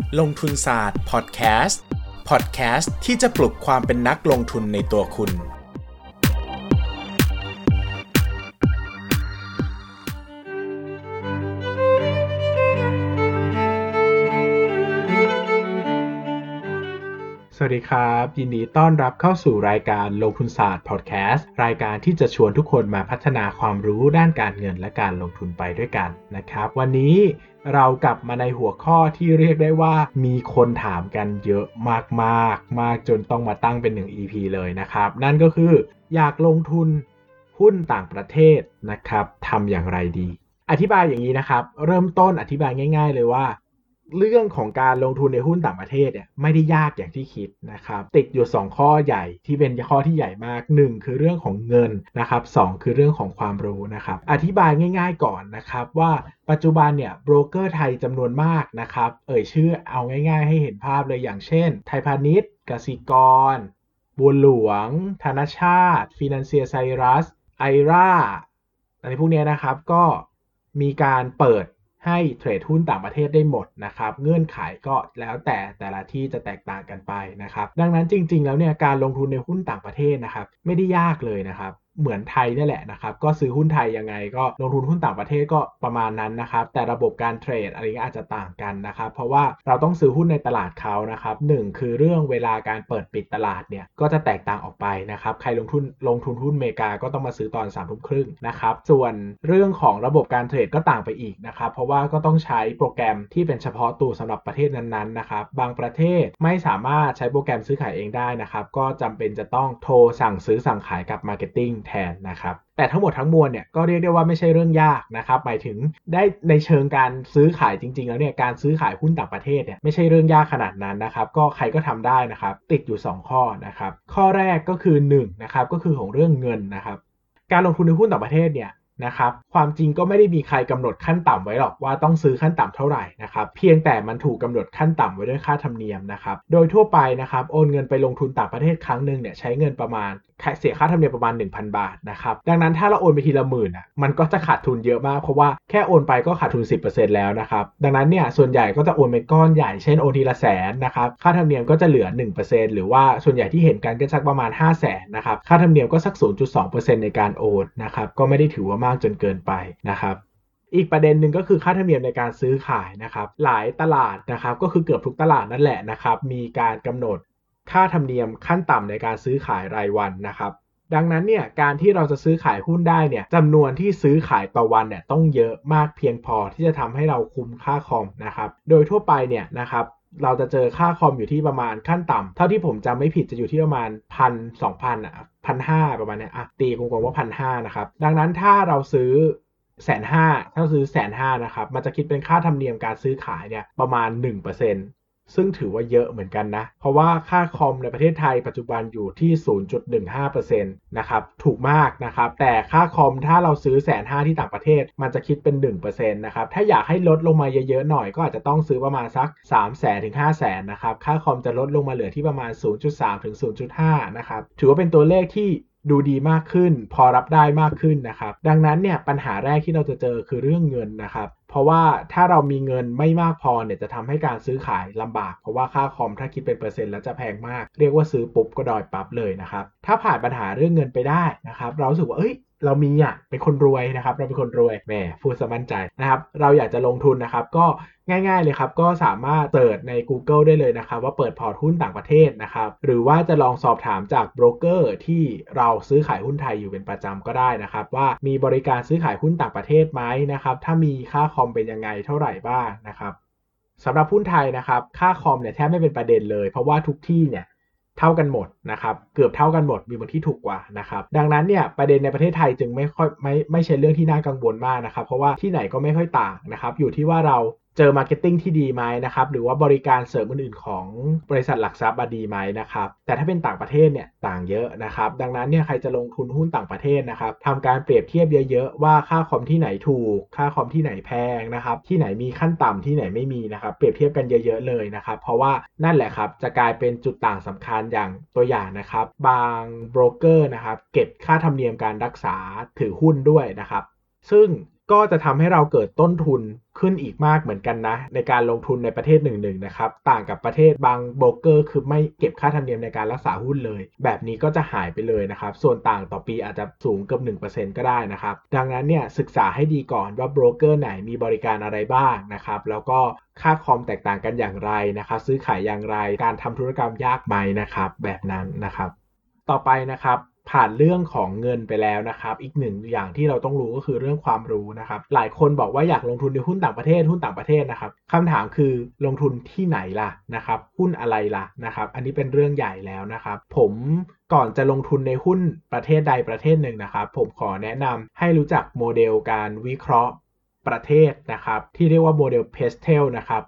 ลงทุนศาสตร์พอดแคสต์ที่จะปลุกความเป็นนักลงทุนในตัวคุณสวัสดีครับยินดีต้อนรับเข้าสู่รายการลงทุนศาสตร์พอดแคสต์รายการที่จะชวนทุกคนมาพัฒนาความรู้ด้านการเงินและการลงทุนไปด้วยกันนะครับวันนี้เรากลับมาในหัวข้อที่เรียกได้ว่ามีคนถามกันเยอะมากจนต้องมาตั้งเป็น1 EP เลยนะครับนั่นก็คืออยากลงทุนหุ้นต่างประเทศนะครับทำอย่างไรดีอธิบายอย่างนี้นะครับเริ่มต้นอธิบายง่ายๆเลยว่าเรื่องของการลงทุนในหุ้นต่างประเทศเนี่ยไม่ได้ยากอย่างที่คิดนะครับติดอยู่2ข้อใหญ่ที่เป็นข้อที่ใหญ่มาก1คือเรื่องของเงินนะครับ2คือเรื่องของความรู้นะครับอธิบายง่ายๆก่อนนะครับว่าปัจจุบันเนี่ยโบรกเกอร์ไทยจำนวนมากนะครับชื่อเอาง่ายๆให้เห็นภาพเลยอย่างเช่นไทยพาณิชย์กสิกรบัวหลวงธนชาติฟินันเซียไซรัสไอราอะไรพวกนี้นะครับก็มีการเปิดให้เทรดหุ้นต่างประเทศได้หมดนะครับเงื่อนไขก็แล้วแต่ละที่จะแตกต่างกันไปนะครับดังนั้นจริงๆแล้วเนี่ยการลงทุนในหุ้นต่างประเทศนะครับไม่ได้ยากเลยนะครับเหมือนไทยนี่แหละนะครับก็ซื้อหุ้นไทยยังไงก็ลงทุนหุ้นต่างประเทศก็ประมาณนั้นนะครับแต่ระบบการเทรดอะไรเงี้ยอาจจะต่างกันนะครับเพราะว่าเราต้องซื้อหุ้นในตลาดเขานะครับ1คือเรื่องเวลาการเปิดปิดตลาดเนี่ยก็จะแตกต่างออกไปนะครับใครลงทุนหุ้นอเมริกาก็ต้องมาซื้อตอน 3:30 น.นะครับส่วนเรื่องของระบบการเทรดก็ต่างไปอีกนะครับเพราะว่าก็ต้องใช้โปรแกรมที่เป็นเฉพาะตัวสำหรับประเทศนั้นๆนะครับบางประเทศไม่สามารถใช้โปรแกรมซื้อขายเองได้นะครับก็จำเป็นจะต้องโทรสั่งซื้อสั่งขายกับมาร์เก็ตติ้งแทนนะครับแต่ทั้งหมดทั้งมวลเนี่ยก็เรียกได้ว่าไม่ใช่เรื่องยากนะครับหมายถึงได้ในเชิงการซื้อขายจริงๆแล้วเนี่ยการซื้อขายหุ้นต่างประเทศเนี่ยไม่ใช่เรื่องยากขนาดนั้นนะครับก็ใครก็ทำได้นะครับติดอยู่2ข้อนะครับข้อแรกก็คือ1นะครับก็คือของเรื่องเงินนะครับการลงทุนในหุ้นต่างประเทศเนี่ยนะครับความจริงก็ไม่ได้มีใครกำหนดขั้นต่ำไว้หรอกว่าต้องซื้อขั้นต่ำเท่าไหร่นะครับเพียงแต่มันถูกกำหนดขั้นต่ำไว้ด้วยค่าธรรมเนียมนะครับโดยทั่วไปนะครับโอนเงินไปลงทุนต่างประเทศครั้งนึงเนี่ยใช้เงินประมาณเสียค่าธรรมเนียมประมาณ 1,000 บาทนะครับดังนั้นถ้าเราโอนไปทีละหมื่นมันก็จะขาดทุนเยอะมากเพราะว่าแค่โอนไปก็ขาดทุน 10% แล้วนะครับดังนั้นเนี่ยส่วนใหญ่ก็จะโอนเป็นก้อนใหญ่เช่นโอนทีละแสนนะครับค่าธรรมเนียมก็จะเหลือ 1% หรือว่าส่วนใหญ่ที่เห็นกันก็สักประมาณ 500,000 นะครับค่าธรรมเนียมก็สัก 0.2% ในการโอนนะครับก็ไม่ได้ถือว่ามากจนเกินไปนะครับอีกประเด็นหนึ่งก็คือค่าธรรมเนียมในการซื้อขายนะครับหลายตลาดนะครับก็คือเกือบทุกตลาดนั่นแหละนะครับมีการกำหนดค่าธรรมเนียมขั้นต่ำในการซื้อขายรายวันนะครับดังนั้นเนี่ยการที่เราจะซื้อขายหุ้นได้เนี่ยจำนวนที่ซื้อขายต่อวันเนี่ยต้องเยอะมากเพียงพอที่จะทำให้เราคุ้มค่าคอมนะครับโดยทั่วไปเนี่ยนะครับเราจะเจอค่าคอมอยู่ที่ประมาณขั้นต่ำเท่าที่ผมจำไม่ผิดจะอยู่ที่ประมาณ 1,000-2,000 1,500 ประมาณนี้ตีกลมๆว่า 1,500 นะครับดังนั้นถ้าเราซื้อ150,000ถ้าซื้อ150,000นะครับมันจะคิดเป็นค่าธรรมเนียมการซื้อขายเนี่ยประมาณ 1% ซึ่งถือว่าเยอะเหมือนกันนะเพราะว่าค่าคอมในประเทศไทยปัจจุบันอยู่ที่ 0.15% นะครับถูกมากนะครับแต่ค่าคอมถ้าเราซื้อ150,000ที่ต่างประเทศมันจะคิดเป็น 1% นะครับถ้าอยากให้ลดลงมาเยอะๆหน่อยก็อาจจะต้องซื้อประมาณสัก 300,000 ถึง 500,000 นะครับค่าคอมจะลดลงมาเหลือที่ประมาณ 0.3 ถึง 0.5 นะครับถือว่าเป็นตัวเลขที่ดูดีมากขึ้นพอรับได้มากขึ้นนะครับดังนั้นเนี่ยปัญหาแรกที่เราจะเจอคือเรื่องเงินนะครับเพราะว่าถ้าเรามีเงินไม่มากพอเนี่ยจะทำให้การซื้อขายลำบากเพราะว่าค่าคอมถ้าคิดเป็นเปอร์เซ็นต์แล้วจะแพงมากเรียกว่าซื้อปุ๊บก็ดอยปั๊บเลยนะครับถ้าผ่านปัญหาเรื่องเงินไปได้นะครับเรารู้สึกว่าเรามีเป็นคนรวยนะครับเราเป็นคนรวยแหมพูดซะมั่นใจนะครับเราอยากจะลงทุนนะครับก็ง่ายๆเลยครับก็สามารถเสิร์ชใน Google ได้เลยนะครับว่าเปิดพอร์ตหุ้นต่างประเทศนะครับหรือว่าจะลองสอบถามจากโบรกเกอร์ที่เราซื้อขายหุ้นไทยอยู่เป็นประจำก็ได้นะครับว่ามีบริการซื้อขายหุ้นต่างประเทศไหมนะครับถ้ามีค่าคอมเป็นยังไงเท่าไหร่บ้างนะครับสำหรับหุ้นไทยนะครับค่าคอมเนี่ยแทบไม่เป็นประเด็นเลยเพราะว่าทุกที่เนี่ยเท่ากันหมดนะครับเกือบเท่ากันหมดมีบางที่ถูกกว่านะครับดังนั้นเนี่ยประเด็นในประเทศไทยจึงไม่ใช่เรื่องที่น่ากังวลมากนะครับเพราะว่าที่ไหนก็ไม่ค่อยต่างนะครับอยู่ที่ว่าเราเจอมาร์เก็ตติ้งที่ดีไหมนะครับหรือว่าบริการเสริมอื่นๆของบริษัทหลักทรัพย์ดีไหมนะครับแต่ถ้าเป็นต่างประเทศเนี่ยต่างเยอะนะครับดังนั้นเนี่ยใครจะลงทุนหุ้นต่างประเทศนะครับทำการเปรียบเทียบเยอะๆว่าค่าคอมที่ไหนถูกค่าคอมที่ไหนแพงนะครับที่ไหนมีขั้นต่ำที่ไหนไม่มีนะครับเปรียบเทียบกันเยอะๆเลยนะครับเพราะว่านั่นแหละครับจะกลายเป็นจุดต่างสำคัญอย่างตัวอย่างนะครับบางโบรกเกอร์นะครับเก็บค่าธรรมเนียมการรักษาถือหุ้นด้วยนะครับซึ่งก็จะทำให้เราเกิดต้นทุนขึ้นอีกมากเหมือนกันนะในการลงทุนในประเทศหนึ่งๆนะครับต่างกับประเทศบางโบรกเกอร์คือไม่เก็บค่าธรรมเนียมในการรักษาหุ้นเลยแบบนี้ก็จะหายไปเลยนะครับส่วนต่างต่อปีอาจจะสูงเกือบ 1% ก็ได้นะครับดังนั้นเนี่ยศึกษาให้ดีก่อนว่าโบรกเกอร์ไหนมีบริการอะไรบ้างนะครับแล้วก็ค่าคอมแตกต่างกันอย่างไรนะครับซื้อขายอย่างไรการทำธุรกรรมยากไหมนะครับแบบนั้นนะครับต่อไปนะครับผ่านเรื่องของเงินไปแล้วนะครับอีกหนึ่งอย่างที่เราต้องรู้ก็คือเรื่องความรู้นะครับหลายคนบอกว่าอยากลงทุนในหุ้นต่างประเทศนะครับคำถามคือลงทุนที่ไหนล่ะนะครับหุ้นอะไรล่ะนะครับอันนี้เป็นเรื่องใหญ่แล้วนะครับผมก่อนจะลงทุนในหุ้นประเทศใดประเทศหนึ่งนะครับผมขอแนะนำให้รู้จักโมเดลการวิเคราะห์ประเทศนะครับที่เรียกว่าโมเดล PESTEL นะครับ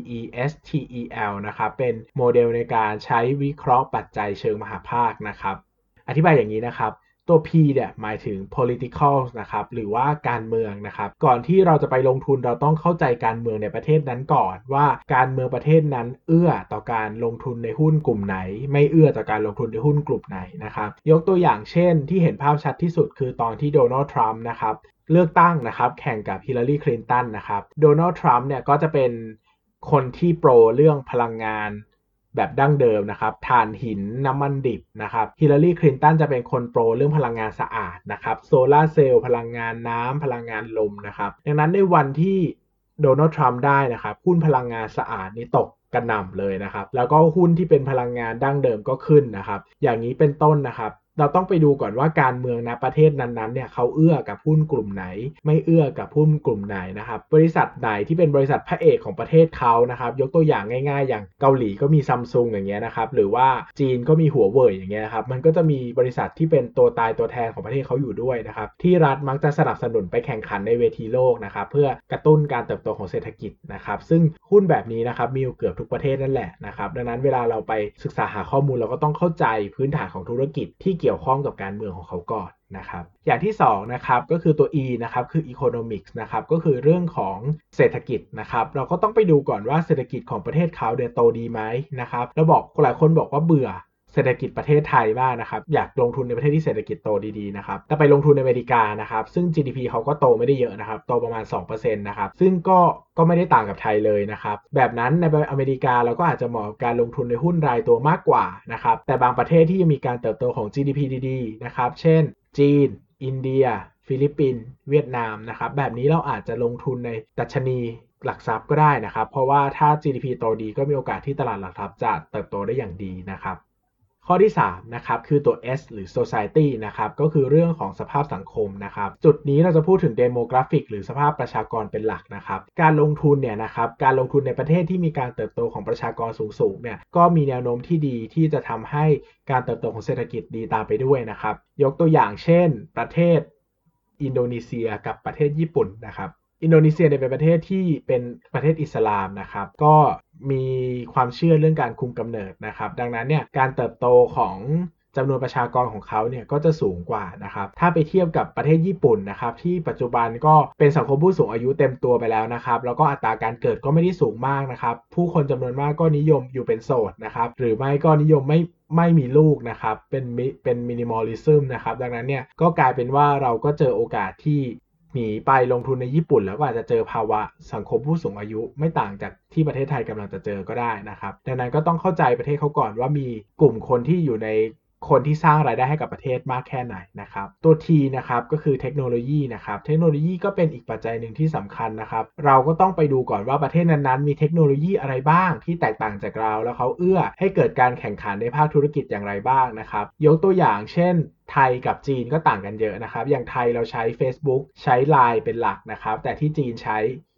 PESTEL นะครับเป็นโมเดลในการใช้วิเคราะห์ปัจจัยเชิงมหภาคนะครับอธิบายอย่างนี้นะครับตัว P เนี่ยหมายถึง political นะครับหรือว่าการเมืองนะครับก่อนที่เราจะไปลงทุนเราต้องเข้าใจการเมืองในประเทศนั้นก่อนว่าการเมืองประเทศนั้นเอื้อต่อการลงทุนในหุ้นกลุ่มไหนไม่เอื้อต่อการลงทุนในหุ้นกลุ่มไหนนะครับยกตัวอย่างเช่นที่เห็นภาพชัดที่สุดคือตอนที่โดนัลด์ทรัมป์นะครับเลือกตั้งนะครับแข่งกับฮิลลารีคลินตันนะครับโดนัลด์ทรัมป์เนี่ยก็จะเป็นคนที่โปรเรื่องพลังงานแบบดั้งเดิมนะครับถ่านหินน้ำมันดิบนะครับฮิลลารีคลินตันจะเป็นคนโปรเรื่องพลังงานสะอาดนะครับโซลาร์เซลล์พลังงานน้ำพลังงานลมนะครับดังนั้นในวันที่โดนัลด์ทรัมป์ได้นะครับหุ้นพลังงานสะอาดนี่ตกกระหน่ำเลยนะครับแล้วก็หุ้นที่เป็นพลังงานดั้งเดิมก็ขึ้นนะครับอย่างนี้เป็นต้นนะครับเราต้องไปดูก่อนว่าการเมืองณประเทศนั้นๆเนี่ยเขาเอื้อกับหุ้นกลุ่มไหนไม่เอื้อกับหุ้นกลุ่มไหนนะครับบริษัทไหนที่เป็นบริษัทพระเอกของประเทศเขานะครับยกตัวอย่างง่ายๆอย่างเกาหลีก็มีซัมซุงอย่างเงี้ยนะครับหรือว่าจีนก็มีหัวเว่ยอย่างเงี้ยครับมันก็จะมีบริษัทที่เป็นตัวตายตัวแทนของประเทศเขาอยู่ด้วยนะครับที่รัฐมักจะสนับสนุนไปแข่งขันในเวทีโลกนะครับเพื่อกระตุ้นการเติบโตของเศรษฐกิจนะครับซึ่งหุ้นแบบนี้นะครับมีอยู่เกือบทุกประเทศนั่นแหละนะครับดังนั้นเวลาเราไปศึกษาหาข้อมูลเราก็ต้องเข้าใจพื้นฐานของธุรกิจที่เกี่ยวข้องกับการเมืองของเขาก่อนนะครับอย่างที่2นะครับก็คือตัว E นะครับคือ Economics นะครับก็คือเรื่องของเศรษฐกิจนะครับเราก็ต้องไปดูก่อนว่าเศรษฐกิจของประเทศเขาโตดีไหมนะครับเราบอกหลายคนบอกว่าเบื่อเศรษฐกิจประเทศไทยมากนะครับอยากลงทุนในประเทศที่เศรษฐกิจโตดีๆนะครับแต่ไปลงทุนในอเมริกานะครับซึ่ง GDP เขาก็โตไม่ได้เยอะนะครับโตประมาณ 2% นะครับซึ่งก็ไม่ได้ต่างกับไทยเลยนะครับแบบนั้นในอเมริกาเราก็อาจจะเหมาะกับการลงทุนในหุ้นรายตัวมากกว่านะครับแต่บางประเทศที่ยังมีการเติบโตของ GDP ดีๆนะครับเช่นจีนอินเดียฟิลิปปินส์เวียดนามนะครับแบบนี้เราอาจจะลงทุนในดัชนีหลักทรัพย์ก็ได้นะครับเพราะว่าถ้า GDP โตดีก็มีโอกาสที่ตลาดหลักทรัพย์จะเติบโตได้อย่างดีนะครับข้อที่3นะครับคือตัว S หรือ Society นะครับก็คือเรื่องของสภาพสังคมนะครับจุดนี้เราจะพูดถึง Demographic หรือสภาพประชากรเป็นหลักนะครับการลงทุนเนี่ยนะครับการลงทุนในประเทศที่มีการเติบโตของประชากรสูงเนี่ยก็มีแนวโน้มที่ดีที่จะทำให้การเติบโตของเศรษฐกิจดีตามไปด้วยนะครับยกตัวอย่างเช่นประเทศอินโดนีเซียกับประเทศญี่ปุ่นนะครับอินโดนีเซียเนี่ยเป็นประเทศที่เป็นประเทศอิสลามนะครับก็มีความเชื่อเรื่องการคุมกำเนิดนะครับดังนั้นเนี่ยการเติบโตของจำนวนประชากรของเขาเนี่ยก็จะสูงกว่านะครับถ้าไปเทียบกับประเทศญี่ปุ่นนะครับที่ปัจจุบันก็เป็นสังคมผู้สูงอายุเต็มตัวไปแล้วนะครับแล้วก็อัตราการเกิดก็ไม่ได้สูงมากนะครับผู้คนจำนวนมากก็นิยมอยู่เป็นโสดนะครับหรือไม่ก็นิยมไม่มีลูกนะครับเป็นมินิมอลิซึมนะครับดังนั้นเนี่ยก็กลายเป็นว่าเราก็เจอโอกาสที่หนีไปลงทุนในญี่ปุ่นแล้วก็อาจจะเจอภาวะสังคมผู้สูงอายุไม่ต่างจากที่ประเทศไทยกำลังจะเจอก็ได้นะครับดังนั้นก็ต้องเข้าใจประเทศเขาก่อนว่ามีกลุ่มคนที่อยู่ในคนที่สร้างรายได้ให้กับประเทศมากแค่ไหนนะครับตัว T นะครับก็คือเทคโนโลยีนะครับเทคโนโลยีก็เป็นอีกปัจจัยหนึ่งที่สำคัญนะครับเราก็ต้องไปดูก่อนว่าประเทศนั้นๆมีเทคโนโลยีอะไรบ้างที่แตกต่างจากเราแล้วเขาเอื้อให้เกิดการแข่งขันในภาคธุรกิจอย่างไรบ้างนะครับยกตัวอย่างเช่นไทยกับจีนก็ต่างกันเยอะนะครับอย่างไทยเราใช้ Facebook ใช้ LINE เป็นหลักนะครับแต่ที่จีนใช้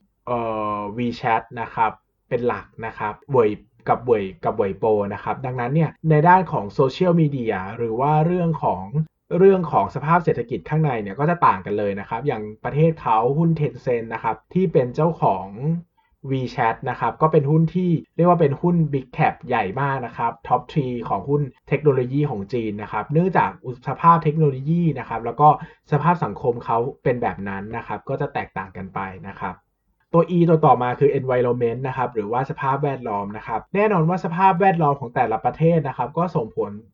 WeChat นะครับเป็นหลักนะครับเว่ยโปนะครับดังนั้นเนี่ยในด้านของโซเชียลมีเดียหรือว่าเรื่องของสภาพเศรษฐกิจข้างในเนี่ยก็จะต่างกันเลยนะครับอย่างประเทศเขาหุ้น Tencent นะครับที่เป็นเจ้าของ WeChat นะครับก็เป็นหุ้นที่เรียกว่าเป็นหุ้น Big Cap ใหญ่มากนะครับท็อป3ของหุ้นเทคโนโลยีของจีนนะครับเนื่องจากสภาพเทคโนโลยีนะครับแล้วก็สภาพสังคมเขาเป็นแบบนั้นนะครับก็จะแตกต่างกันไปนะครับตัว E ตัวต่อมาคือ environment นะครับหรือว่าสภาพแวดล้อมนะครับแน่นอนว่าสภาพแวดล้อมของแต่ละประเทศนะครับก็ส่งผล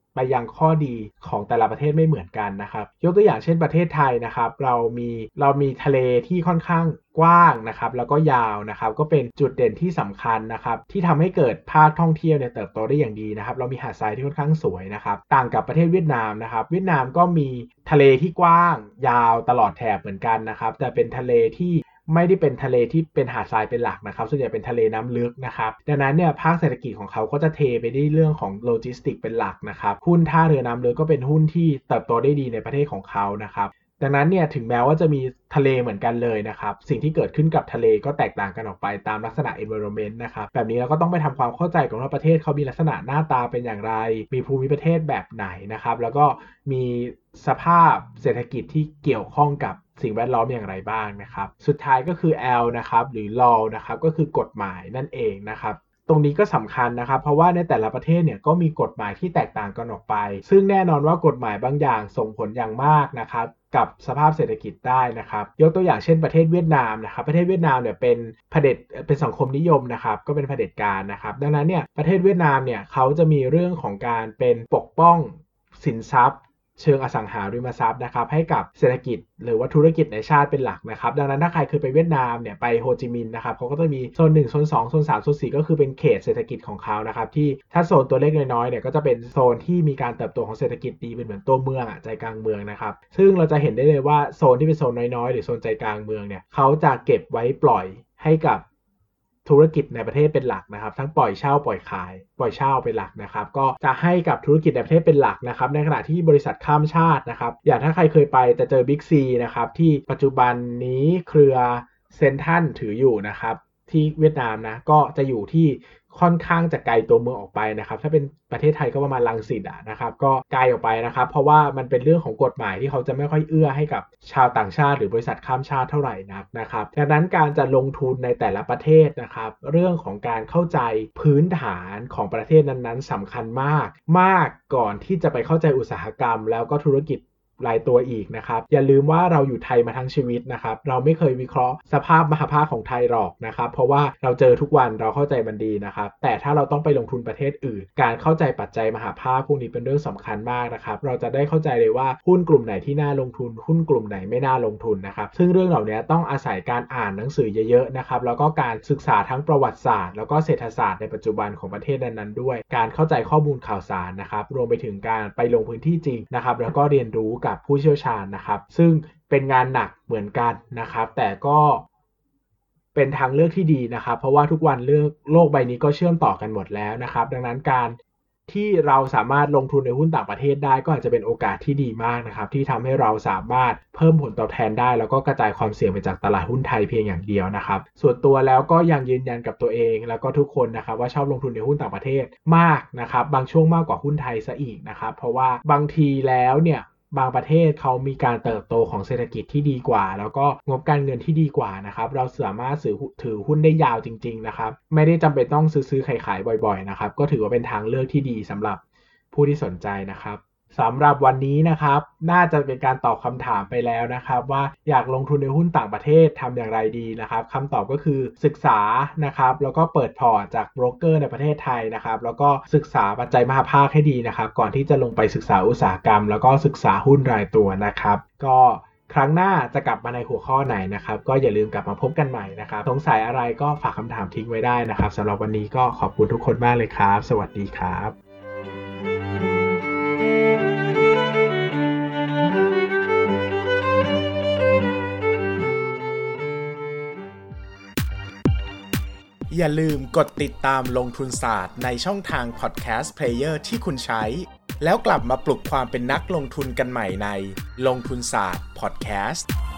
ไปยังข้อดีของแต่ละประเทศไม่เหมือนกันนะครับยกตัวอย่างเช่นประเทศไทยนะครับเรามีทะเลที่ค่อนข้างกว้างนะครับแล้วก็ยาวนะครับก็เป็นจุดเด่นที่สำคัญนะครับที่ทำให้เกิดภาคท่องเที่ยวเนี่ยเติบโตได้อย่างดีนะครับเรามีหาดทรายที่ค่อนข้างสวยนะครับต่างกับประเทศเวียดนามนะครับเวียดนามก็มีทะเลที่กว้างยาวตลอดแถบเหมือนกันนะครับแต่เป็นทะเลที่ไม่ได้เป็นทะเลที่เป็นหาดทรายเป็นหลักนะครับส่วนใหญ่เป็นทะเลน้ำลึกนะครับดังนั้นเนี่ยภาคเศรษฐกิจของเขาก็จะเทไปที่เรื่องของโลจิสติกเป็นหลักนะครับหุ้นท่าเรือน้ำลึกก็เป็นหุ้นที่เติบโตได้ดีในประเทศของเขานะครับดังนั้นเนี่ยถึงแม้ว่าจะมีทะเลเหมือนกันเลยนะครับสิ่งที่เกิดขึ้นกับทะเลก็แตกต่างกันออกไปตามลักษณะ environment นะครับแบบนี้เราก็ต้องไปทำความเข้าใจกับว่าประเทศเขามีลักษณะหน้าตาเป็นอย่างไรมีภูมิประเทศแบบไหนนะครับแล้วก็มีสภาพเศรษฐกิจที่เกี่ยวข้องกับสิ่งแวดล้อมอย่างไรบ้างนะครับสุดท้ายก็คือ L นะครับหรือ law นะครับก็คือกฎหมายนั่นเองนะครับตรงนี้ก็สำคัญนะครับเพราะว่าในแต่ละประเทศเนี่ยก็มีกฎหมายที่แตกต่างกันออกไปซึ่งแน่นอนว่ากฎหมายบางอย่างส่งผลอย่างมากนะครับกับสภาพเศรษฐกิจได้นะครับยกตัวอย่างเช่นประเทศเวียดนามนะครับประเทศเวียดนามเนี่ยเป็นสังคมนิยมนะครับก็เป็นเผด็จการนะครับดังนั้นเนี่ยประเทศเวียดนามเนี่ยเขาจะมีเรื่องของการเป็นปกป้องสินทรัพย์เชิงอสังหาริมทรัพย์นะครับให้กับเศรษฐกิจหรือว่าธุรกิจในชาติเป็นหลักนะครับดังนั้นถ้าใครเคยไปเวียดนามเนี่ยไปโฮจิมินห์นะครับเขาก็จะมีโซน1โซน2โซน3โซน4ก็คือเป็นเขตเศรษฐกิจของเขานะครับที่ถ้าโซนตัวเล็กน้อยๆเนี่ยก็จะเป็นโซนที่มีการเติบโตของเศรษฐกิจดีเป็นเหมือนตัวเมืองใจกลางเมืองนะครับซึ่งเราจะเห็นได้เลยว่าโซนที่เป็นโซนน้อยๆหรือโซนใจกลางเมืองเนี่ยเขาจะเก็บไว้ปล่อยให้กับธุรกิจในประเทศเป็นหลักนะครับทั้งปล่อยเช่าปล่อยขายปล่อยเช่าเป็นหลักนะครับก็จะให้กับธุรกิจในประเทศเป็นหลักนะครับในขณะที่บริษัทข้ามชาตินะครับอย่างถ้าใครเคยไปจะเจอ Big C นะครับที่ปัจจุบันนี้เครือเซ็นทรัลถืออยู่นะครับที่เวียดนามนะก็จะอยู่ที่ค่อนข้างจะไกลตัวเมืองออกไปนะครับถ้าเป็นประเทศไทยก็ประมาณรังสิตนะครับก็ไกลออกไปนะครับเพราะว่ามันเป็นเรื่องของกฎหมายที่เขาจะไม่ค่อยเอื้อให้กับชาวต่างชาติหรือบริษัทข้ามชาติเท่าไหร่นักนะครับดังนั้นการจะลงทุนในแต่ละประเทศนะครับเรื่องของการเข้าใจพื้นฐานของประเทศนั้นๆสำคัญมากก่อนที่จะไปเข้าใจอุตสาหกรรมแล้วก็ธุรกิจรายตัวอีกนะครับอย่าลืมว่าเราอยู่ไทยมาทั้งชีวิตนะครับเราไม่เคยวิเคราะห์สภาพมหภาคของไทยหรอกนะครับเพราะว่าเราเจอทุกวันเราเข้าใจมันดีนะครับแต่ถ้าเราต้องไปลงทุนประเทศอื่นการเข้าใจปัจจัยมหภาคพวกนี้เป็นเรื่องสำคัญมากนะครับเราจะได้เข้าใจเลยว่าหุ้นกลุ่มไหนที่น่าลงทุนหุ้นกลุ่มไหนไม่น่าลงทุนนะครับซึ่งเรื่องเหล่านี้ต้องอาศัยการอ่านหนังสือเยอะๆนะครับแล้วก็การศึกษาทั้งประวัติศาสตร์แล้วก็เศรษฐศาสตร์ในปัจจุบันของประเทศนั้นๆด้วยการเข้าใจข้อมูลข่าวสารนะครับรวมไปถึงการไปลงพื้นที่จริงนะครับแล้วก็เรียนรู้กับผู้เชี่ยวชาญนะครับซึ่งเป็นงานหนักเหมือนกันนะครับแต่ก็เป็นทางเลือกที่ดีนะครับเพราะว่าทุกวันโลกใบนี้ก็เชื่อมต่อกันหมดแล้วนะครับดังนั้นการที่เราสามารถลงทุนในหุ้นต่างประเทศได้ก็อาจจะเป็นโอกาสที่ดีมากนะครับที่ทำให้เราสามารถเพิ่มผลตอบแทนได้แล้วก็กระจายความเสี่ยงไปจากตลาดหุ้นไทยเพียงอย่างเดียวนะครับส่วนตัวแล้วก็ยังยืนยันกับตัวเองแล้วก็ทุกคนนะครับว่าชอบลงทุนในหุ้นต่างประเทศมากนะครับบางช่วงมากกว่าหุ้นไทยซะอีกนะครับเพราะว่าบางทีแล้วเนี่ยบางประเทศเขามีการเติบโตของเศรษฐกิจที่ดีกว่าแล้วก็งบการเงินที่ดีกว่านะครับเราสามารถถือหุ้นได้ยาวจริงๆนะครับไม่ได้จำเป็นต้องซื้อขายบ่อยๆนะครับก็ถือว่าเป็นทางเลือกที่ดีสำหรับผู้ที่สนใจนะครับสำหรับวันนี้นะครับน่าจะเป็นการตอบคำถามไปแล้วนะครับว่าอยากลงทุนในหุ้นต่างประเทศทำอย่างไรดีนะครับคำตอบก็คือศึกษานะครับแล้วก็เปิดพอร์ตจากโบรกเกอร์ในประเทศไทยนะครับแล้วก็ศึกษาปัจจัยมหภาคให้ดีนะครับก่อนที่จะลงไปศึกษาอุตสาหกรรมแล้วก็ศึกษาหุ้นรายตัวนะครับก็ครั้งหน้าจะกลับมาในหัวข้อไหนนะครับก็อย่าลืมกลับมาพบกันใหม่นะครับสงสัยอะไรก็ฝากคำถามทิ้งไว้ได้นะครับสำหรับวันนี้ก็ขอบคุณทุกคนมากเลยครับสวัสดีครับอย่าลืมกดติดตามลงทุนศาสตร์ในช่องทางพอดแคสต์เพลเยอร์ที่คุณใช้แล้วกลับมาปลุกความเป็นนักลงทุนกันใหม่ในลงทุนศาสตร์พอดแคสต์